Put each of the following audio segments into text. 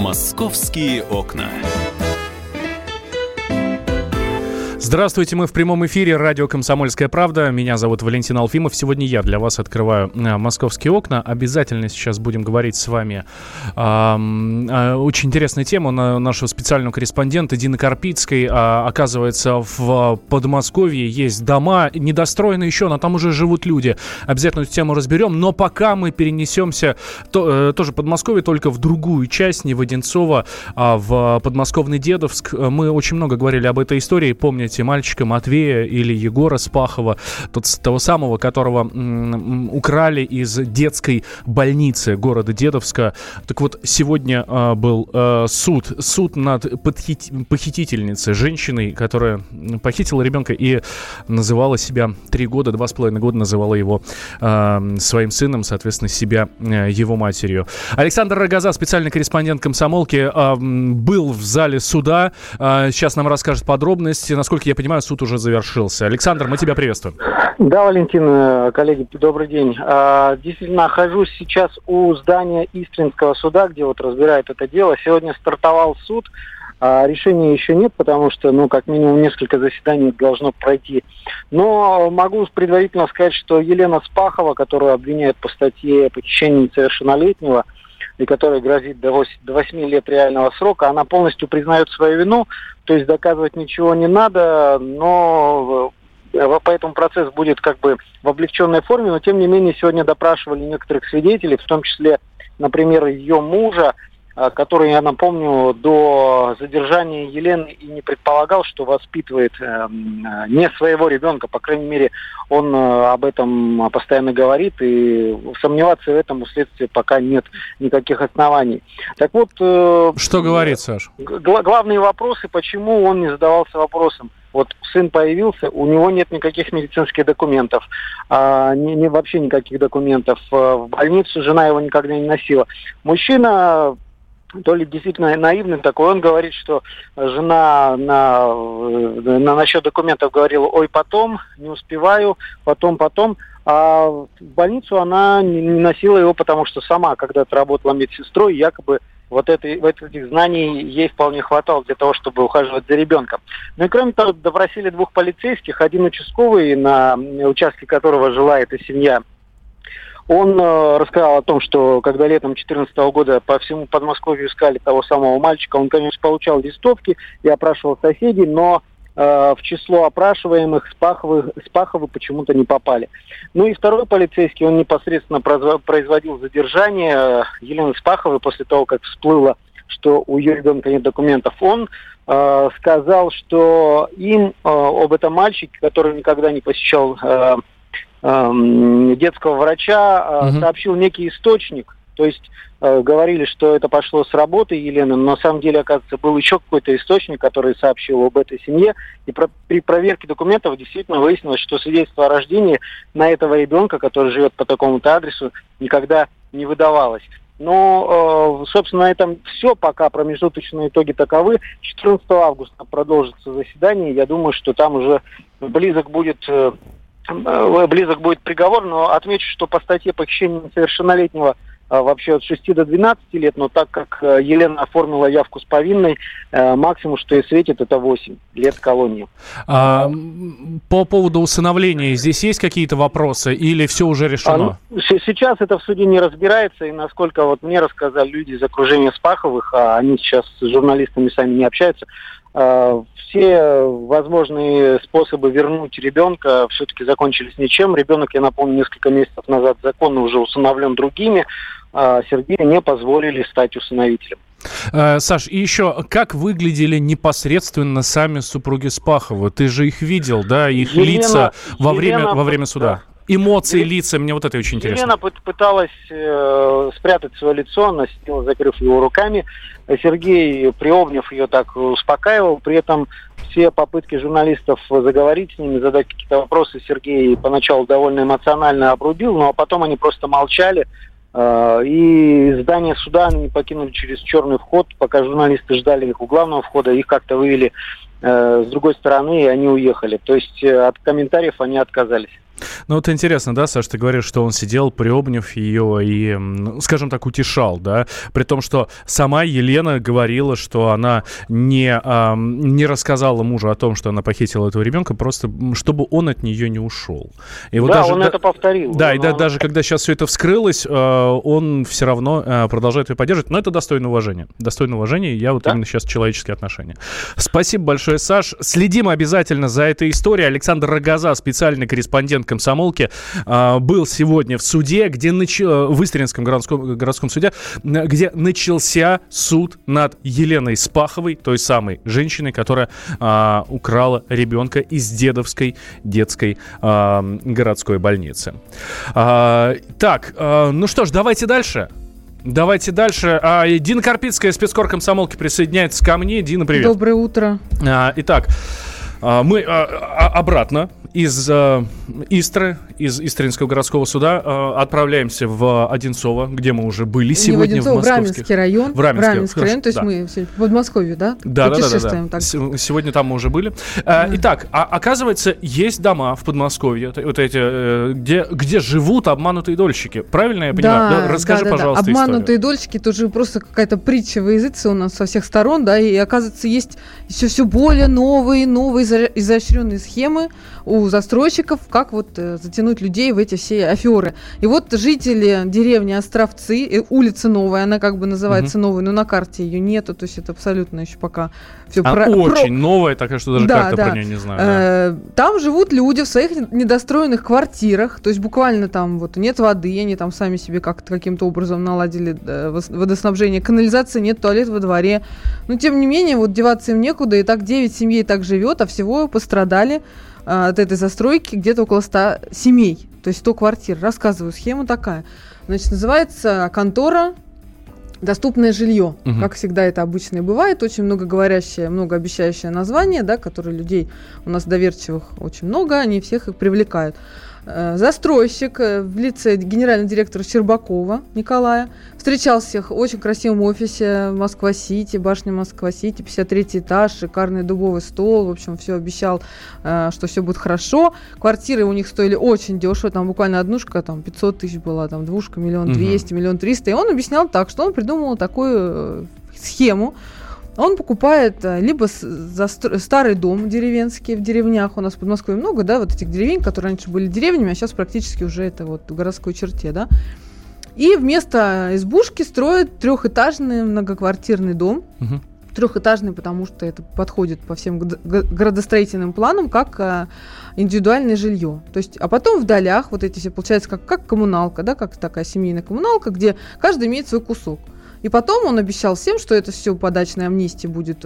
«Московские окна». Здравствуйте, мы в прямом эфире, радио «Комсомольская правда». Меня зовут Валентин Алфимов. Сегодня я для вас открываю «Московские окна». Обязательно сейчас будем говорить с вами очень интересную тему нашего специального корреспондента Дины Карпицкой. Оказывается, в Подмосковье есть дома, недостроены еще, но там уже живут люди. Обязательно эту тему разберем. Но пока мы перенесемся тоже в Подмосковье, только в другую часть, не в Одинцово, а в подмосковный Дедовск. Мы очень много говорили об этой истории. Помните мальчика Матвея или Егора Спахова, того самого, которого украли из детской больницы города Дедовска. Так вот, сегодня был суд над похитительницей, женщиной, которая похитила ребенка и называла себя 2,5 года называла его своим сыном, соответственно, себя его матерью. Александр Рогоза, специальный корреспондент «Комсомолки», был в зале суда. Сейчас нам расскажет подробности. Насколько я понимаю, суд уже завершился. Александр, мы тебя приветствуем. Да, Валентин, коллеги, добрый день. Действительно, нахожусь сейчас у здания Истринского суда, где вот разбирают это дело. Сегодня стартовал суд. Решения еще нет, потому что, как минимум, несколько заседаний должно пройти. Но могу предварительно сказать, что Елена Спахова, которую обвиняют по статье похищения несовершеннолетнего, и которой грозит до 8 лет реального срока, она полностью признает свою вину, то есть доказывать ничего не надо, но поэтому процесс будет как бы в облегченной форме, но тем не менее сегодня допрашивали некоторых свидетелей, в том числе, например, ее мужа, который, я напомню, до задержания Елены и не предполагал, что воспитывает не своего ребенка. По крайней мере, он об этом постоянно говорит, и сомневаться в этом у следствия пока нет никаких оснований. Так вот... Что говорит, Саш? Главные вопросы, почему он не задавался вопросом. Вот сын появился, у него нет никаких медицинских документов, вообще никаких документов. В больницу жена его никогда не носила. Мужчина... То ли действительно наивный такой, он говорит, что жена насчет документов говорила: ой, потом, не успеваю, потом. А в больницу она не носила его, потому что сама когда-то работала медсестрой, якобы этих знаний ей вполне хватало для того, чтобы ухаживать за ребенком. Ну и кроме того, допросили 2 полицейских, один участковый, на участке которого жила эта семья. Он рассказал о том, что когда летом 2014 года по всему Подмосковью искали того самого мальчика, он, конечно, получал листовки и опрашивал соседей, но в число опрашиваемых Спаховы почему-то не попали. Ну и второй полицейский, он непосредственно производил задержание Елены Спаховой после того, как всплыло, что у ее ребенка нет документов. Он сказал, что им об этом мальчике, который никогда не посещал детского врача, сообщил некий источник. То есть говорили, что это пошло с работы Елены, но на самом деле, оказывается, был еще какой-то источник, который сообщил об этой семье. И при проверке документов действительно выяснилось, что свидетельство о рождении на этого ребенка, который живет по такому-то адресу, никогда не выдавалось. Но, собственно, на этом все. Пока промежуточные итоги таковы. 14 августа продолжится заседание. Я думаю, что там уже близок будет приговор, но отмечу, что по статье похищения несовершеннолетнего вообще от 6 до 12 лет, но так как Елена оформила явку с повинной, максимум, что ей светит, это 8 лет колонии. По поводу усыновления здесь есть какие-то вопросы или все уже решено? Сейчас это в суде не разбирается, и насколько мне рассказали люди из окружения Спаховых, а они сейчас с журналистами сами не общаются, все возможные способы вернуть ребенка все-таки закончились ничем. Ребенок, я напомню, несколько месяцев назад законно уже усыновлен другими. Сергею не позволили стать усыновителем. Саш, и еще, как выглядели непосредственно сами супруги Спаховы? Ты же их видел, да, их лица во время суда? Эмоции, лица, мне вот это очень интересно. Елена пыталась спрятать свое лицо, она сидела, закрыв его руками. Сергей, приобняв ее, так успокаивал. При этом все попытки журналистов заговорить с ними, задать какие-то вопросы, Сергей поначалу довольно эмоционально обрубил, но потом они просто молчали. И здание суда они покинули через черный вход. Пока журналисты ждали их у главного входа, их как-то вывели с другой стороны, и они уехали. То есть от комментариев они отказались. Ну, вот интересно, да, Саш, ты говоришь, что он сидел, приобняв ее и, скажем так, утешал, да, при том, что сама Елена говорила, что она не рассказала мужу о том, что она похитила этого ребенка, просто чтобы он от нее не ушел. И вот да, даже, он это повторил. Да, и даже когда сейчас все это вскрылось, он все равно продолжает ее поддерживать, но это достойно уважения. Достойно уважения, я вот именно сейчас человеческие отношения. Спасибо большое, Саш. Следим обязательно за этой историей. Александр Рогоза, специальный корреспондент «Комсомолки», был сегодня в суде, в Истринском городском суде, где начался суд над Еленой Спаховой, той самой женщиной, которая украла ребенка из Дедовской детской городской больницы. Так, ну что ж, давайте дальше. Дина Карпицкая, спецкор «Комсомолки», присоединяется ко мне. Дина, привет. Доброе утро. Итак, мы обратно из Истры, из Истринского городского суда отправляемся в Одинцово, где мы уже были сегодня. В Раменский район. В Раменский район, то есть да. Мы в Подмосковье, да? Да. Сегодня там мы уже были. Итак, оказывается, есть дома в Подмосковье, вот эти, где живут обманутые дольщики. Правильно я понимаю? Расскажи, пожалуйста, обманутые историю. Дольщики, тоже просто какая-то притча во языце у нас со всех сторон, да, и оказывается, есть все более новые изощренные схемы у застройщиков, как вот затянуть людей в эти все аферы. И вот жители деревни Островцы, улица новая, она как бы называется новой, но на карте ее нету, то есть это абсолютно еще пока все очень новая, такая, что даже карта про нее не знаю. Там живут люди в своих недостроенных квартирах, то есть буквально там вот нет воды, они там сами себе каким-то образом наладили водоснабжение, канализации нет, туалет во дворе. Но тем не менее, вот деваться им некуда, и так 9 семей так живет, а всего пострадали от этой застройки где-то около 100 семей, то есть 100 квартир. Рассказываю, схема такая. Значит, называется контора «Доступное жилье». Как всегда это обычно и бывает. Очень многоговорящее, многообещающее название, да, которое людей у нас доверчивых очень много, они всех их привлекают. Застройщик в лице генерального директора Щербакова Николая встречал всех в очень красивом офисе Москва-Сити, башня Москва-Сити, 53-й этаж, шикарный дубовый стол. В общем, все обещал, что все будет хорошо. Квартиры у них стоили очень дешево, там буквально однушка там 500 тысяч была, там двушка 1 200 000, 1 300 000. И он объяснял так, что он придумал такую схему. Он покупает либо старый дом деревенский в деревнях, у нас в Подмосковье много, да, вот этих деревень, которые раньше были деревнями, а сейчас практически уже это вот в городской черте, да. И вместо избушки строят 3-этажный многоквартирный дом. Трехэтажный, потому что это подходит по всем градостроительным планам как индивидуальное жилье. То есть, а потом в долях вот эти все, получается, как коммуналка, да, как такая семейная коммуналка, где каждый имеет свой кусок. И потом он обещал всем, что это все по дачной амнистии будет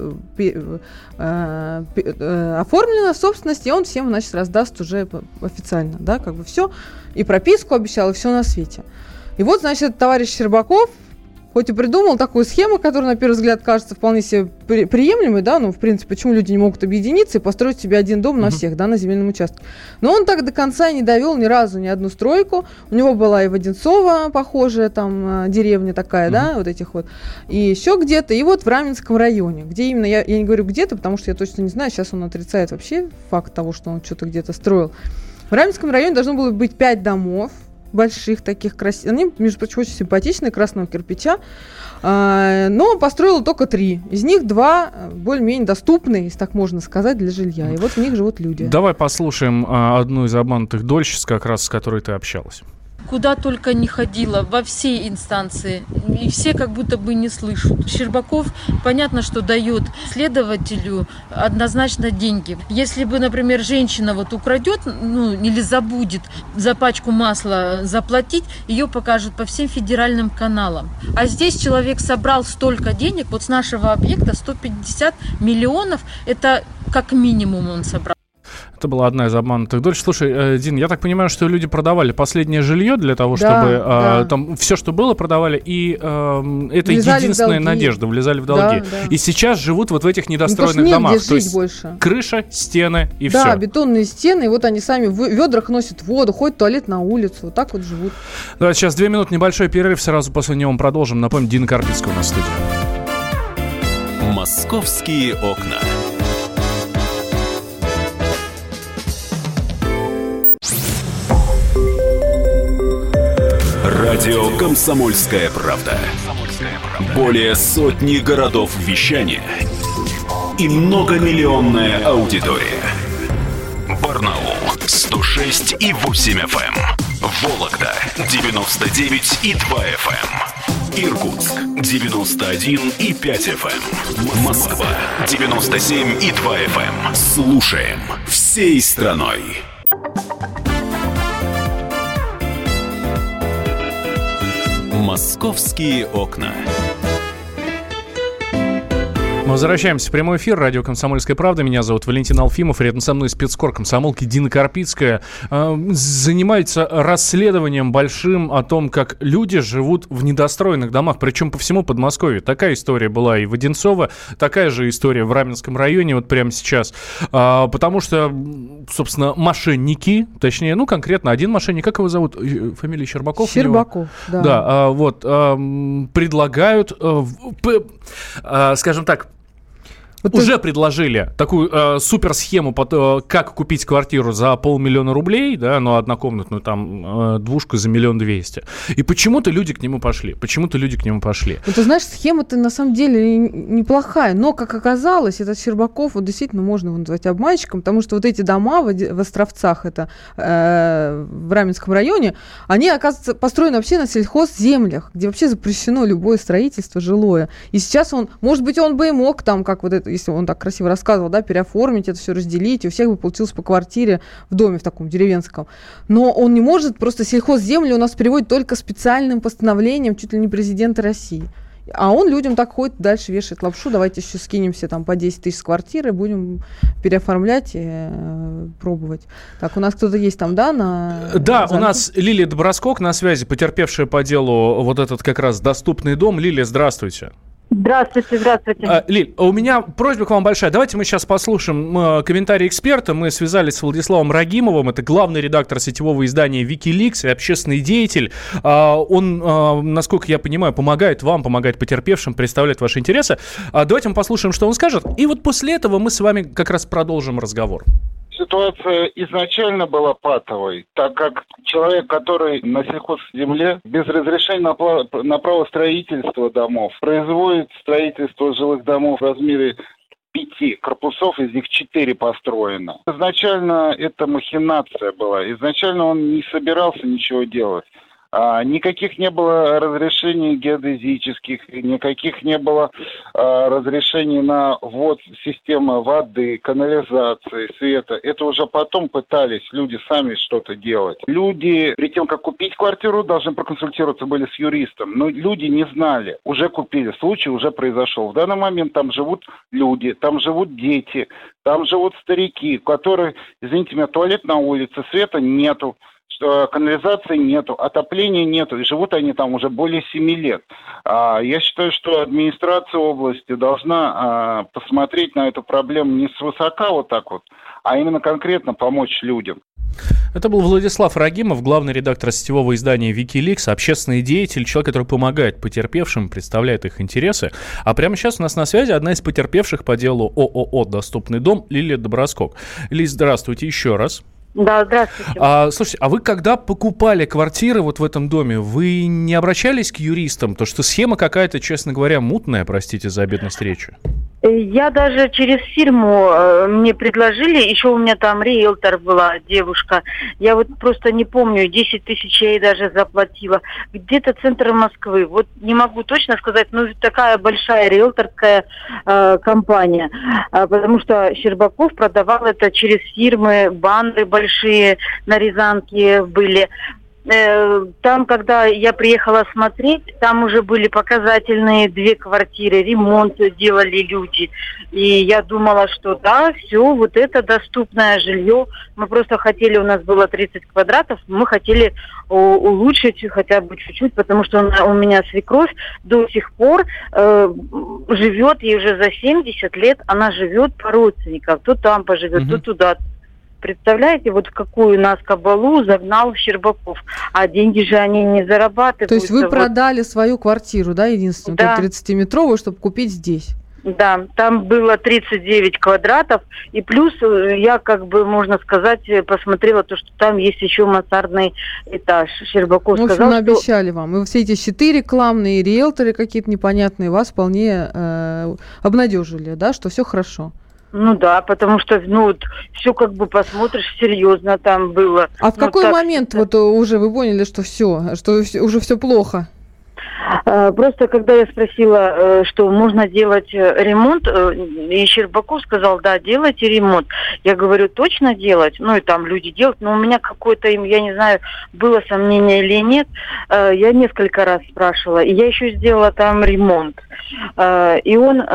оформлено в собственность, и он всем, значит, раздаст уже официально, да, как бы все. И прописку обещал, и все на свете. И вот, значит, товарищ Щербаков, хоть и придумал такую схему, которая, на первый взгляд, кажется вполне себе приемлемой, да, ну, в принципе, почему люди не могут объединиться и построить себе один дом на всех, да, на земельном участке. Но он так до конца и не довел ни разу ни одну стройку. У него была и в Одинцово похожая там деревня такая, да, вот этих вот, и еще где-то, и вот в Раменском районе, где именно, я не говорю где-то, потому что я точно не знаю, сейчас он отрицает вообще факт того, что он что-то где-то строил. В Раменском районе должно было быть 5 домов, больших таких красивых. Они, между прочим, очень симпатичные, красного кирпича. Но построил только 3. Из них 2 более-менее доступные, если так можно сказать, для жилья. И вот в них живут люди. Давай послушаем одну из обманутых дольщиц, как раз с которой ты общалась. Куда только не ходила, во все инстанции, и все как будто бы не слышат. Щербаков, понятно, что дает следователю однозначно деньги. Если бы, например, женщина вот украдет, ну, или забудет за пачку масла заплатить, ее покажут по всем федеральным каналам. А здесь человек собрал столько денег, вот с нашего объекта 150 миллионов, это как минимум он собрал. Это была одна из обманутых дольщиц. Слушай, Дин, я так понимаю, что люди продавали последнее жилье для того, чтобы там все, что было, продавали, и это единственная надежда, влезали в долги. Да. И сейчас живут вот в этих недостроенных домах. То есть больше. Крыша, стены и все. Да, бетонные стены, и вот они сами в ведрах носят воду, ходят в туалет на улицу, вот так вот живут. Да, сейчас 2 минуты, небольшой перерыв, сразу после него мы продолжим. Напомню, Дина Карпицкая у нас в студии. «Московские окна». Радио «Комсомольская правда». Более сотни городов вещания и многомиллионная аудитория. Барнаул 106,8 FM. Вологда 99,2 FM. Иркутск 91,5 FM. Москва 97,2 FM. Слушаем всей страной. Московские окна. Мы возвращаемся в прямой эфир. Радио «Комсомольская правда». Меня зовут Валентин Алфимов. Рядом со мной спецкор комсомолки Дина Карпицкая. Занимается расследованием большим о том, как люди живут в недостроенных домах. Причем по всему Подмосковью. Такая история была и в Одинцово. Такая же история в Раменском районе вот прямо сейчас. Потому что, собственно, мошенники, точнее, конкретно один мошенник. Как его зовут? Фамилия Щербаков? Щербаков, да. Да, предлагают, скажем так, уже предложили такую суперсхему, как купить квартиру за 500 000 рублей, да, однокомнатную, там, двушку за 1 200 000. И почему-то люди к нему пошли. Ты знаешь, схема-то на самом деле неплохая, но, как оказалось, этот Щербаков, действительно можно его назвать обманщиком, потому что вот эти дома в Островцах, это в Раменском районе, они, оказывается, построены вообще на сельхозземлях, где вообще запрещено любое строительство жилое. И сейчас может быть, он бы и мог там, как вот это, если он так красиво рассказывал, да, переоформить это все, разделить, и у всех бы получилось по квартире в доме в таком деревенском. Но он не может, просто сельхозземли у нас переводят только специальным постановлением чуть ли не президента России. А он людям так ходит, дальше вешает лапшу, давайте еще скинемся там по 10 000 с квартиры, будем переоформлять и пробовать. Так, у нас кто-то есть там, да? Да, у нас Лилия Доброскок на связи, потерпевшая по делу вот этот как раз доступный дом. Лилия, здравствуйте. Здравствуйте. Лиль, у меня просьба к вам большая. Давайте мы сейчас послушаем комментарий эксперта. Мы связались с Владиславом Рагимовым. Это главный редактор сетевого издания Wikileaks и общественный деятель. Он, насколько я понимаю, помогает вам, помогает потерпевшим, представляет ваши интересы. Давайте мы послушаем, что он скажет. И вот после этого мы с вами как раз продолжим разговор. Ситуация изначально была патовой, так как человек, который на сельхозземле без разрешения на право строительства домов производит строительство жилых домов в размере 5 корпусов, из них 4 построено. Изначально это махинация была. Изначально он не собирался ничего делать. Никаких не было разрешений геодезических, никаких не было разрешений на ввод системы воды, канализации, света. Это уже потом пытались люди сами что-то делать. Люди, перед тем, как купить квартиру, должны проконсультироваться были с юристом. Но люди не знали, уже купили, случай уже произошел. В данный момент там живут люди, там живут дети, там живут старики, которые, извините меня, туалет на улице, света нету. Канализации нету, отопления нету, и живут они там уже более 7 лет. Я считаю, что администрация области должна посмотреть на эту проблему не свысока вот так вот, а именно конкретно помочь людям. Это был Владислав Рагимов, главный редактор сетевого издания Wikileaks, общественный деятель, человек, который помогает потерпевшим, представляет их интересы. А прямо сейчас у нас на связи одна из потерпевших по делу ООО «Доступный дом» Лилия Доброскок. Лилия, здравствуйте еще раз. Да, здравствуйте. Слушайте, а вы когда покупали квартиры вот в этом доме, вы не обращались к юристам? Потому что схема какая-то, честно говоря, мутная, простите за обидность речи. Я даже через фирму мне предложили, еще у меня там риэлтор была, девушка. Я вот просто не помню, 10 000 я ей даже заплатила. Где-то центр Москвы. Вот не могу точно сказать, но такая большая риэлторская компания. Потому что Щербаков продавал это через фирмы, баннеры большие на Рязанке были. Там, когда я приехала смотреть, там уже были показательные 2 квартиры, ремонт делали люди. И я думала, что да, все, вот это доступное жилье. Мы просто хотели, у нас было 30 квадратов, мы хотели улучшить хотя бы чуть-чуть, потому что у меня свекровь до сих пор живет, ей уже за 70 лет, она живет по родственникам. То там поживет, то туда. Представляете, вот в какую нас кабалу загнал Щербаков. А деньги же они не зарабатывают. То есть вы продали свою квартиру, да, единственную, да. 30-метровую, чтобы купить здесь? Да, там было 39 квадратов, и плюс я, можно сказать, посмотрела то, что там есть еще мансардный этаж. Щербаков в общем, сказал, обещали вам. И все эти щиты рекламные, риэлторы какие-то непонятные вас вполне обнадежили, да, что все хорошо. Ну да, потому что, все посмотришь, серьезно там было. А в какой момент уже вы поняли, что уже все плохо? Просто когда я спросила, что можно делать ремонт, и Щербаков сказал, да, делайте ремонт. Я говорю, точно делать? И там люди делают, но у меня какое-то, я не знаю, было сомнение или нет. Я несколько раз спрашивала, и я еще сделала там ремонт. И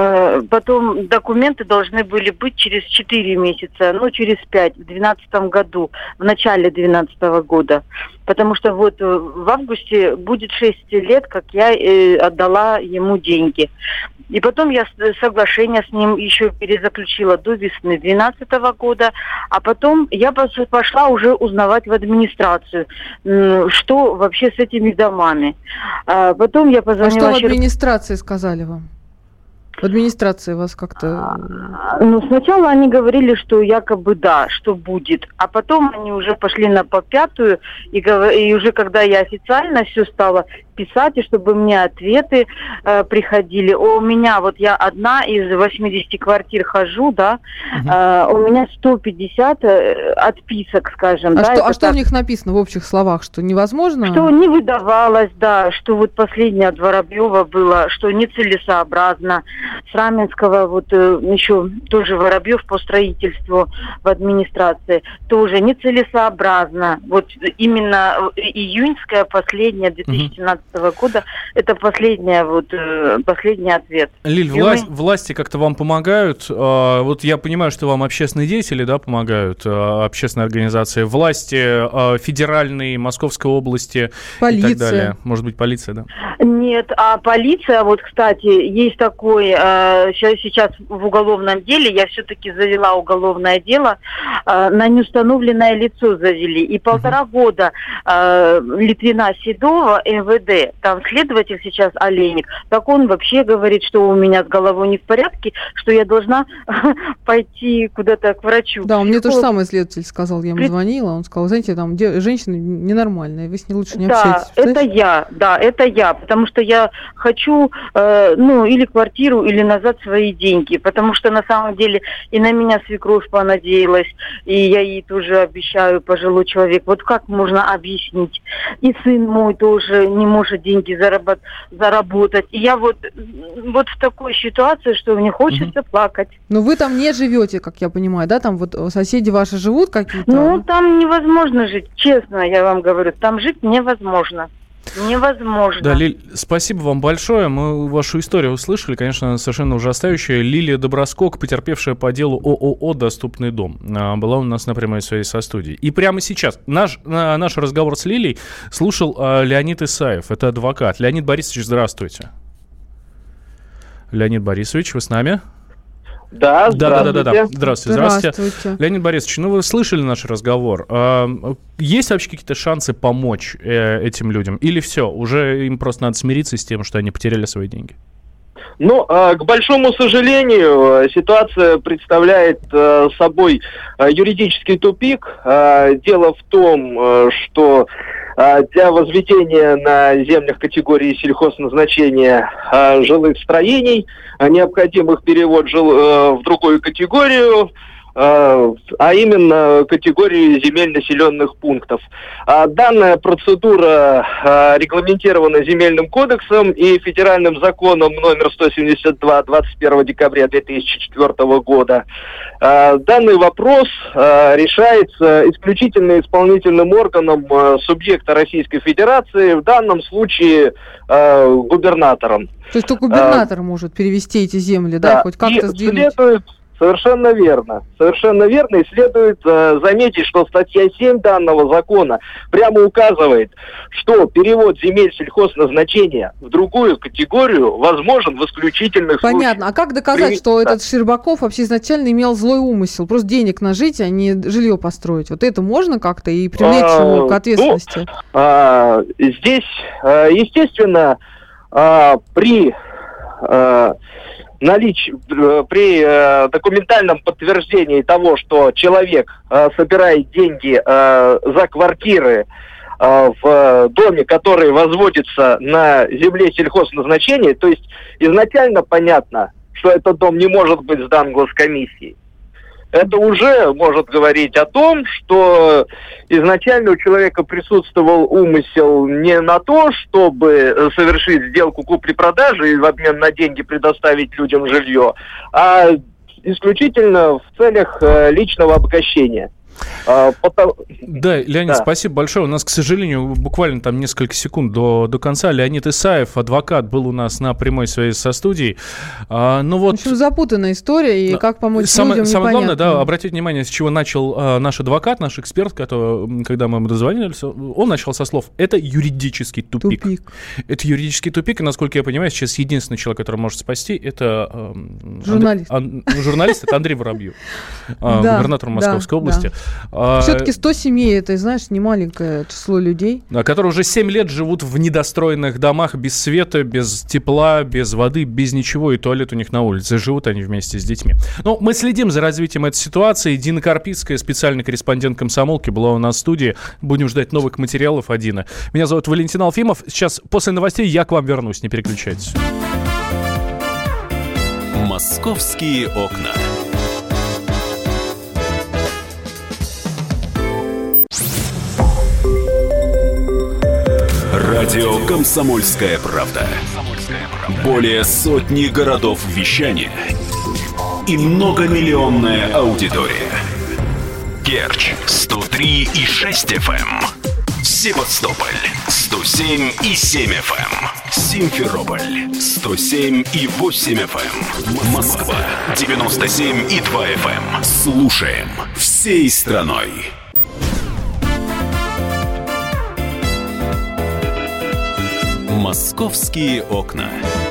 потом документы должны были быть через 4 месяца, через 5, в 2012 году, в начале 2012 года. Потому что в августе будет 6 лет, как я отдала ему деньги. И потом я соглашение с ним еще перезаключила до весны 2012 года, а потом я пошла уже узнавать в администрацию, что вообще с этими домами. Потом я позвонила... А что в администрации сказали вам? В администрации вас как-то... Сначала они говорили, что якобы да, что будет. А потом они уже пошли на попятую, и уже когда я официально все стала писать, и чтобы мне ответы приходили. У меня, я одна из 80 квартир хожу, да, у меня 150 отписок, скажем. Что в них написано в общих словах? Что невозможно? Что не выдавалось, да, что последнее от Воробьева было, что нецелесообразно. С Раменского еще тоже Воробьев по строительству в администрации тоже нецелесообразно. Именно июньская последняя 2017 года это последний ответ. Лиль, власти как-то вам помогают? Я понимаю, что вам общественные деятели, да, помогают, общественные организации, власти федеральной, Московской области, полиция. И так далее. Может быть, полиция, да? Нет, а полиция, кстати, есть такой, сейчас в уголовном деле, я все-таки завела уголовное дело, на неустановленное лицо завели. И 1,5 года Литвина Седова, МВД, там следователь сейчас Олейник, так он вообще говорит, что у меня с головой не в порядке, что я должна пойти куда-то к врачу. Да, мне то же самое следователь сказал, я ему звонила, он сказал, знаете, там женщина ненормальная, вы с ней лучше не общайтесь. Это я, потому что я хочу, или квартиру, или назад свои деньги, потому что на самом деле и на меня свекровь понадеялась, и я ей тоже обещаю, пожилой человек, как можно объяснить? И сын мой тоже не может деньги заработать, и я в такой ситуации, что мне хочется плакать. Но вы там не живете, как я понимаю, да, там соседи ваши живут какие-то? Там невозможно жить, честно, я вам говорю, там жить невозможно. Невозможно. Да, Лиль, спасибо вам большое. Мы вашу историю услышали, конечно, совершенно ужасающая. Лилия Доброскок, потерпевшая по делу ООО «Доступный дом», была у нас на прямой связи со студией. И прямо сейчас наш разговор с Лилией слушал Леонид Исаев, это адвокат. Леонид Борисович, здравствуйте. Леонид Борисович, вы с нами? Да, здравствуйте. Здравствуйте. Леонид Борисович, вы слышали наш разговор. Есть вообще какие-то шансы помочь этим людям? Или все, уже им просто надо смириться с тем, что они потеряли свои деньги? К большому сожалению, ситуация представляет собой юридический тупик. Дело в том, что для возведения на землях категории сельхозназначения жилых строений необходим их перевод в другую категорию, а именно категории земель населенных пунктов. Данная процедура регламентирована Земельным кодексом и федеральным законом номер 172 21 декабря 2004 года. Данный вопрос решается исключительно исполнительным органом субъекта Российской Федерации, в данном случае губернатором. То есть только губернатор может перевести эти земли, да, хоть как-то сдвинуть? Совершенно верно. И следует заметить, что статья 7 данного закона прямо указывает, что перевод земель сельхозназначения в другую категорию возможен в исключительных случаях. Понятно. А как доказать, что этот Щербаков вообще изначально имел злой умысел? Просто денег нажить, а не жилье построить. Это можно как-то и привлечь его к ответственности? Здесь, естественно, при при документальном подтверждении того, что человек собирает деньги за квартиры в доме, который возводится на земле сельхозназначения, то есть изначально понятно, что этот дом не может быть сдан госкомиссией. Это уже может говорить о том, что изначально у человека присутствовал умысел не на то, чтобы совершить сделку купли-продажи и в обмен на деньги предоставить людям жилье, а исключительно в целях личного обогащения. Да, Леонид, спасибо большое. У нас, к сожалению, буквально там несколько секунд до конца. Леонид Исаев, адвокат, был у нас на прямой связи со студией. Ну, вот... В общем, запутанная история, и как помочь людям, непонятно. Самое главное, да, обратите внимание, с чего начал наш адвокат, наш эксперт, когда мы ему дозвонились, он начал со слов: это юридический тупик. Это юридический тупик, и, насколько я понимаю, сейчас единственный человек, который может спасти, это журналист, это Андрей Воробьев, губернатор Московской области. Все-таки 100 семей, это, знаешь, не маленькое число людей. Которые уже 7 лет живут в недостроенных домах, без света, без тепла, без воды, без ничего, и туалет у них на улице. Живут они вместе с детьми. Но мы следим за развитием этой ситуации. Дина Карпицкая, специальный корреспондент «Комсомолки», была у нас в студии. Будем ждать новых материалов от Дины. Меня зовут Валентин Алфимов. Сейчас, после новостей, я к вам вернусь. Не переключайтесь. «Московские окна». Радио «Комсомольская правда». Более сотни городов вещания и многомиллионная аудитория. Керчь 103,6 FM, Севастополь 107,7 FM, Симферополь 107,8 FM, Москва 97,2 FM. Слушаем всей страной. «Московские окна».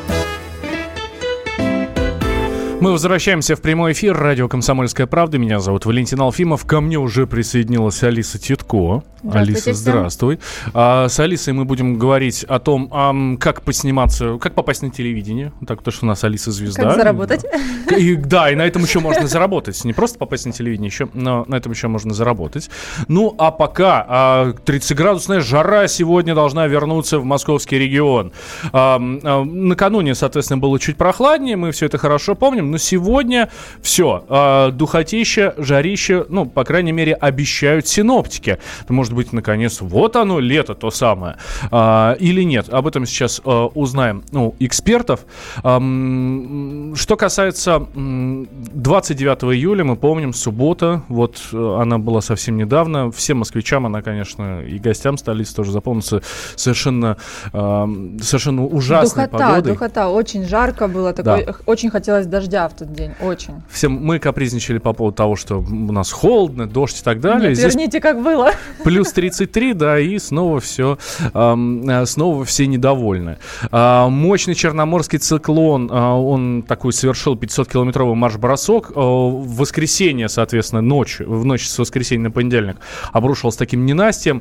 Мы возвращаемся в прямой эфир. Радио «Комсомольская правда». Меня зовут Валентин Алфимов. Ко мне уже присоединилась Алиса Титко. Алиса, здравствуй. С Алисой мы будем говорить о том, как посниматься, как попасть на телевидение. Так, то, что у нас Алиса звезда. Как заработать. И на этом еще можно заработать. Не просто попасть на телевидение, но на этом еще можно заработать. Ну, а пока 30-градусная жара сегодня должна вернуться в московский регион. Накануне, соответственно, было чуть прохладнее. Мы все это хорошо помним. Но сегодня все. Духотища, жарища, ну, по крайней мере, обещают синоптики. Может быть, наконец, вот оно, лето то самое. Или нет. Об этом сейчас узнаем у экспертов. Что касается 29 июля, мы помним, суббота. Вот она была совсем недавно. Всем москвичам она, конечно, и гостям столицы тоже запомнится совершенно ужасной погодой. Духота. Очень жарко было. Очень хотелось дождя в тот день. Очень. Мы капризничали по поводу того, что у нас холодно, дождь и так далее. Нет, верните, как было. Плюс 33, да, и снова все, снова все недовольны. Мощный черноморский циклон, он такой совершил 500-километровый марш-бросок. В воскресенье, соответственно, в ночь с воскресенья на понедельник обрушился таким ненастьем.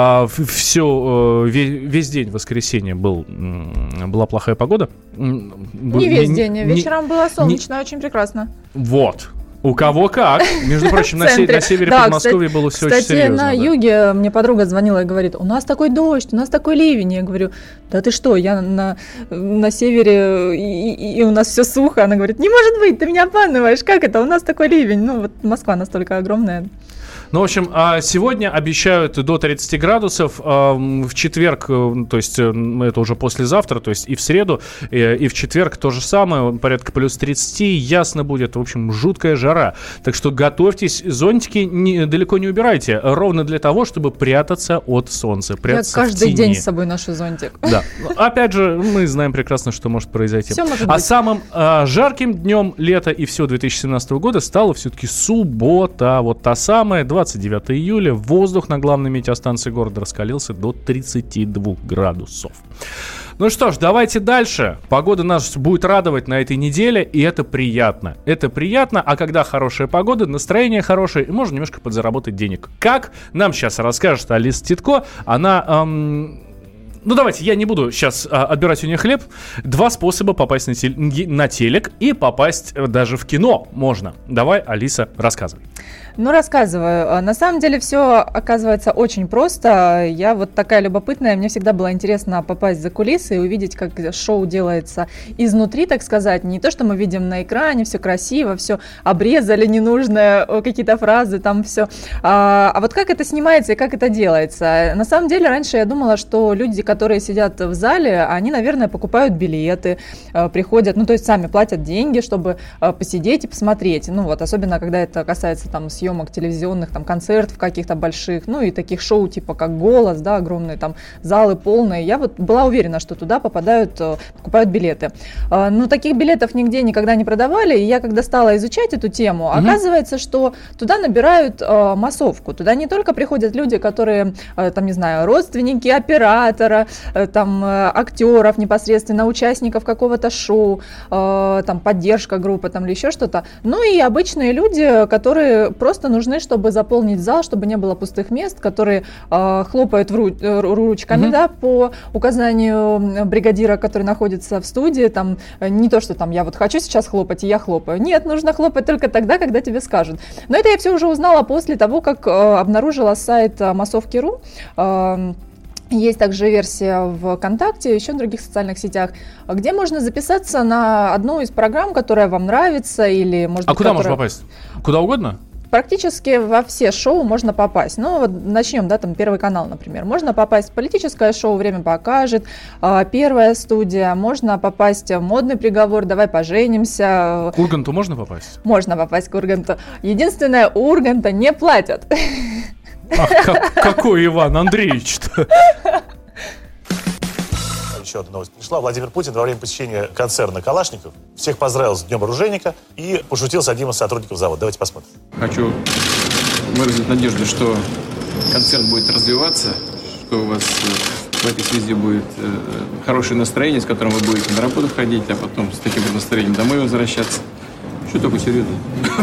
Весь день воскресенья была плохая погода. Не весь день, вечером было солнечно, очень прекрасно. Вот. У кого как. Между прочим, на севере Подмосковья было все очень серьезно. Кстати, на юге мне подруга звонила и говорит: у нас такой дождь, у нас такой ливень. Я говорю: да ты что, я на севере, и у нас все сухо. Она говорит: не может быть, ты меня обманываешь, как это, у нас такой ливень. Ну вот Москва настолько огромная. Ну, в общем, сегодня обещают до 30 градусов, в четверг, то есть это уже послезавтра, то есть и в среду, и в четверг то же самое, порядка плюс 30, ясно будет, в общем, жуткая жара. Так что готовьтесь, зонтики далеко не убирайте, ровно для того, чтобы прятаться от солнца, прятаться Я каждый день с собой ношу зонтик. Да. Опять же, мы знаем прекрасно, что может произойти. Все может быть. Самым жарким днем лета и всего 2017 года стала все-таки суббота, вот та самая, 29 июля, воздух на главной метеостанции города раскалился до 32 градусов. Ну что ж, давайте дальше. Погода нас будет радовать на этой неделе, и это приятно. Это приятно, а когда хорошая погода, настроение хорошее, и можно немножко подзаработать денег. Как? Нам сейчас расскажет Алиса Титко. Она Ну, давайте, я не буду сейчас отбирать у нее хлеб. 2 способа попасть на телек и попасть даже в кино можно. Давай, Алиса, рассказывай. Ну, рассказываю. На самом деле все оказывается очень просто. Я вот такая любопытная. Мне всегда было интересно попасть за кулисы и увидеть, как шоу делается изнутри, так сказать. Не то, что мы видим на экране, все красиво, все обрезали ненужные какие-то фразы, там все. А вот как это снимается и как это делается? На самом деле, раньше я думала, что люди, которые сидят в зале, они, наверное, покупают билеты, приходят, ну, то есть сами платят деньги, чтобы посидеть и посмотреть. Ну, вот, особенно, когда это касается там съемок телевизионных, там, концертов каких-то больших, ну, и таких шоу, типа, как «Голос», да, огромные там залы полные. Я вот была уверена, что туда покупают билеты. Но таких билетов нигде никогда не продавали, и я, когда стала изучать эту тему, оказывается, что туда набирают массовку. Туда не только приходят люди, которые, там, не знаю, родственники оператора, там, актеров непосредственно, участников какого-то шоу, там, поддержка группы, там, или еще что-то, ну, и обычные люди, которые просто нужны, чтобы заполнить зал, чтобы не было пустых мест, которые хлопают ручками, да, по указанию бригадира, который находится в студии, там, не то, что там я вот хочу сейчас хлопать, и я хлопаю. Нет, нужно хлопать только тогда, когда тебе скажут. Но это я все уже узнала после того, как обнаружила сайт массовки.ру. Есть также версия в ВКонтакте, еще в других социальных сетях, где можно записаться на одну из программ, которая вам нравится, или, может быть, куда можно попасть? Куда угодно? Практически во все шоу можно попасть. Ну, вот начнем, да, там, Первый канал, например. Можно попасть в политическое шоу «Время покажет», Первая студия, можно попасть в «Модный приговор», «Давай поженимся». К Урганту можно попасть? Можно попасть к Урганту. Единственное, у Урганта не платят. Ах, какой Иван Андреевич-то? Еще одна новость пришла. Владимир Путин во время посещения концерна «Калашников» всех поздравил с Днем оружейника и пошутил с одним из сотрудников завода. Давайте посмотрим. Хочу выразить надежду, что концерт будет развиваться, что у вас в этой связи будет хорошее настроение, с которым вы будете на работу ходить, а потом с таким же настроением домой возвращаться. Что такое серьезно?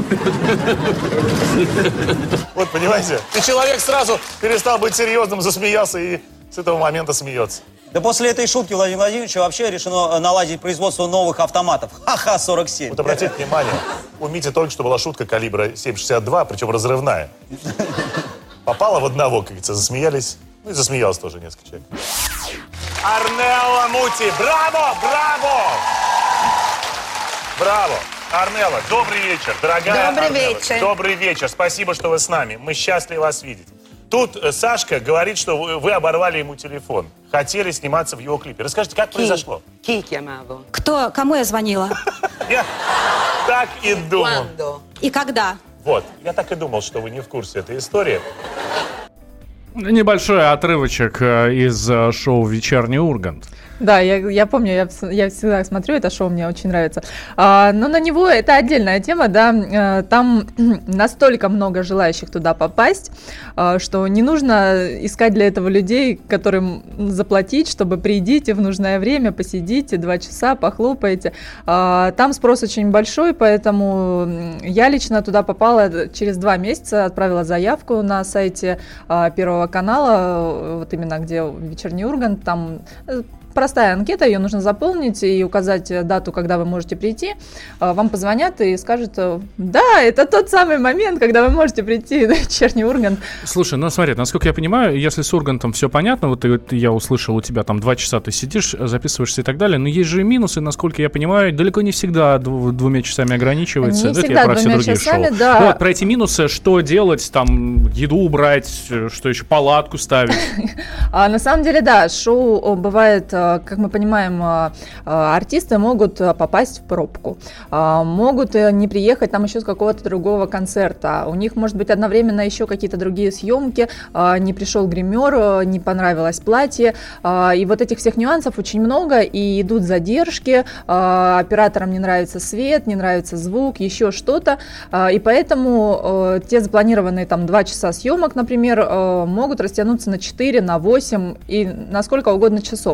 Вот, понимаете, и человек сразу перестал быть серьезным, засмеялся и с этого момента смеется. Да после этой шутки Владимира Владимировича вообще решено наладить производство новых автоматов. Ха-ха-47. Вот обратите внимание, у Мити только что была шутка калибра 7,62, причем разрывная. Попала в одного, как говорится, засмеялись. Ну и засмеялось тоже несколько человек. Арнелла Мути, браво, браво! Браво! Арнелла, добрый вечер, дорогая Добрый Арнелла. вечер. Добрый вечер, спасибо, что вы с нами. Мы счастливы вас видеть. Тут Сашка говорит, что вы оборвали ему телефон. Хотели сниматься в его клипе. Расскажите, как произошло? Кто? Кому я звонила? Я так и думал. И когда? Вот, я так и думал, что вы не в курсе этой истории. Небольшой отрывочек из шоу «Вечерний Ургант». Да, я помню, я всегда смотрю это шоу, мне очень нравится. Но на него это отдельная тема, да, там настолько много желающих туда попасть, что не нужно искать для этого людей, которым заплатить, чтобы придите в нужное время, посидите 2 часа, похлопаете. Там спрос очень большой, поэтому я лично туда попала через 2 месяца, отправила заявку на сайте Первого канала, вот именно где «Вечерний Ургант», там... Простая анкета, ее нужно заполнить и указать дату, когда вы можете прийти. Вам позвонят и скажут: да, это тот самый момент, когда вы можете прийти на «Вечерний Ургант». Слушай, ну смотри, насколько я понимаю, если с Ургантом все понятно, вот я услышал, у тебя там 2 часа ты сидишь, записываешься и так далее, но есть же и минусы, насколько я понимаю, далеко не всегда 2 часами ограничивается. Не это всегда я про 2 все другие часами, шоу. да. Вот, про эти минусы, что делать, там, еду убрать, что еще, палатку ставить? На самом деле, да, шоу бывает, как мы понимаем, артисты могут попасть в пробку, могут не приехать там еще с какого-то другого концерта, у них может быть одновременно еще какие-то другие съемки, не пришел гример, не понравилось платье, и вот этих всех нюансов очень много, и идут задержки, операторам не нравится свет, не нравится звук, еще что-то, и поэтому те запланированные там 2 часа съемок, например, могут растянуться на 4, на 8 и на сколько угодно часов.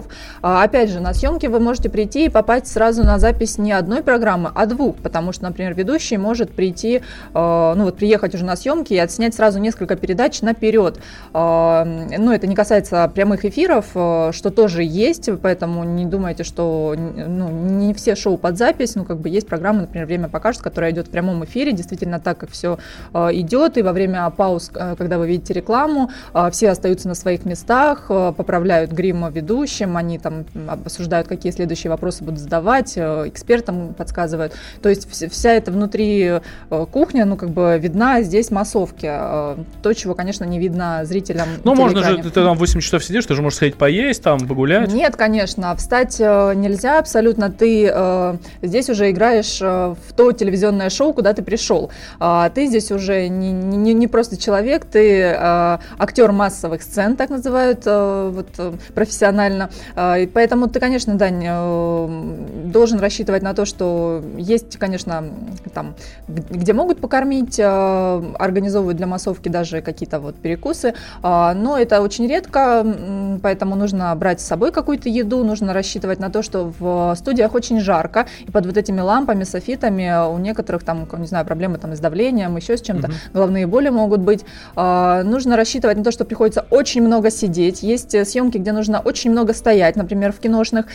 Опять же, на съемки вы можете прийти и попасть сразу на запись не одной программы, а двух, потому что, например, ведущий может прийти, приехать уже на съемки и отснять сразу несколько передач наперед. Это не касается прямых эфиров, что тоже есть, поэтому не думайте, что не все шоу под запись, есть программа, например, «Время покажет», которая идет в прямом эфире, действительно так, как все идет, и во время пауз, когда вы видите рекламу, все остаются на своих местах, поправляют грим ведущим, они там обсуждают, какие следующие вопросы будут задавать, экспертам подсказывают. То есть вся эта внутри кухня, видна здесь массовки. То, чего, конечно, не видно зрителям. Можно же, ты там 8 часов сидишь, ты же можешь сходить поесть, там, погулять. Нет, конечно, встать нельзя абсолютно. Ты здесь уже играешь в то телевизионное шоу, куда ты пришел. Ты здесь уже не просто человек, ты актер массовых сцен, так называют профессионально. И поэтому ты, конечно, Дань, должен рассчитывать на то, что есть, конечно, там, где могут покормить, организовывают для массовки даже какие-то перекусы, но это очень редко, поэтому нужно брать с собой какую-то еду, нужно рассчитывать на то, что в студиях очень жарко, и под этими лампами, софитами у некоторых там, не знаю, проблемы там с давлением, еще с чем-то, головные боли могут быть. Нужно рассчитывать на то, что приходится очень много сидеть. Есть съемки, где нужно очень много стоять, например, в киношных,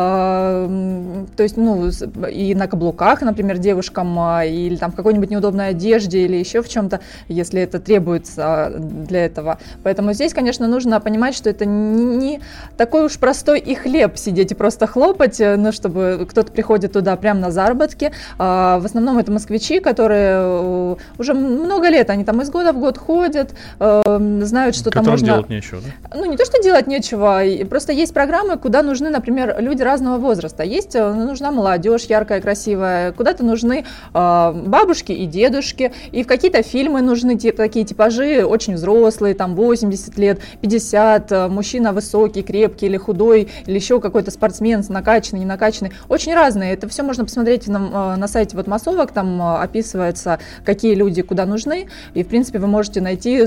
то есть, и на каблуках, например, девушкам, или там в какой-нибудь неудобной одежде, или еще в чем-то, если это требуется для этого. Поэтому здесь, конечно, нужно понимать, что это не такой уж простой и хлеб сидеть и просто хлопать, чтобы кто-то приходит туда прямо на заработки. В основном это москвичи, которые уже много лет, они там из года в год ходят, знают, что там можно... делать нечего, да? Не то, что делать нечего, просто есть программы, куда нужны, например, люди разного возраста. Нужна молодежь яркая, красивая, куда-то нужны бабушки и дедушки, и в какие-то фильмы нужны такие типажи, очень взрослые, там 80 лет, 50, мужчина высокий, крепкий или худой, или еще какой-то спортсмен, накачанный, не накачанный. Очень разные. Это все можно посмотреть на сайте массовок, там описывается, какие люди куда нужны, и, в принципе, вы можете найти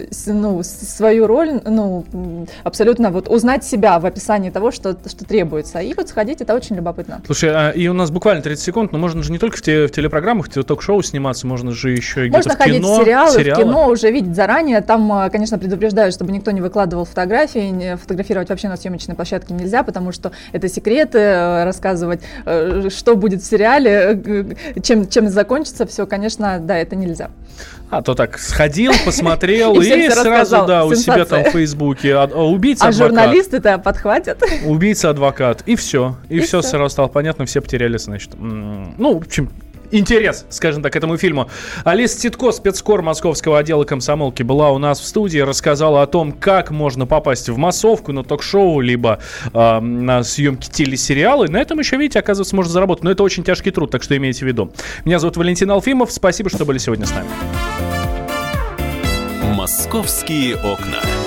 свою роль, абсолютно узнать себя в описании того, что требуется. И сходить, это очень любопытно. Слушай, и у нас буквально 30 секунд, но можно же не только в телепрограммах, в ток-шоу сниматься, можно же еще где-то в кино. Можно ходить в кино, уже видеть заранее. Там, конечно, предупреждают, чтобы никто не выкладывал фотографии. Фотографировать вообще на съемочной площадке нельзя, потому что это секреты, рассказывать, что будет в сериале, чем закончится все, конечно, да, это нельзя. А то так сходил, посмотрел и сразу, да, у себя там в Фейсбуке убийца-адвокат. А журналисты-то подхватят. Убийца-адвокат. И все. И все сразу стало понятно, все потеряли, значит. В общем, интерес, скажем так, к этому фильму. Алиса Титко, спецкор московского отдела комсомолки, была у нас в студии, рассказала о том, как можно попасть в массовку, на ток-шоу, либо на съемки телесериала. И на этом еще, видите, оказывается, можно заработать. Но это очень тяжкий труд, так что имейте в виду. Меня зовут Валентин Алфимов. Спасибо, что были сегодня с нами. «Московские окна».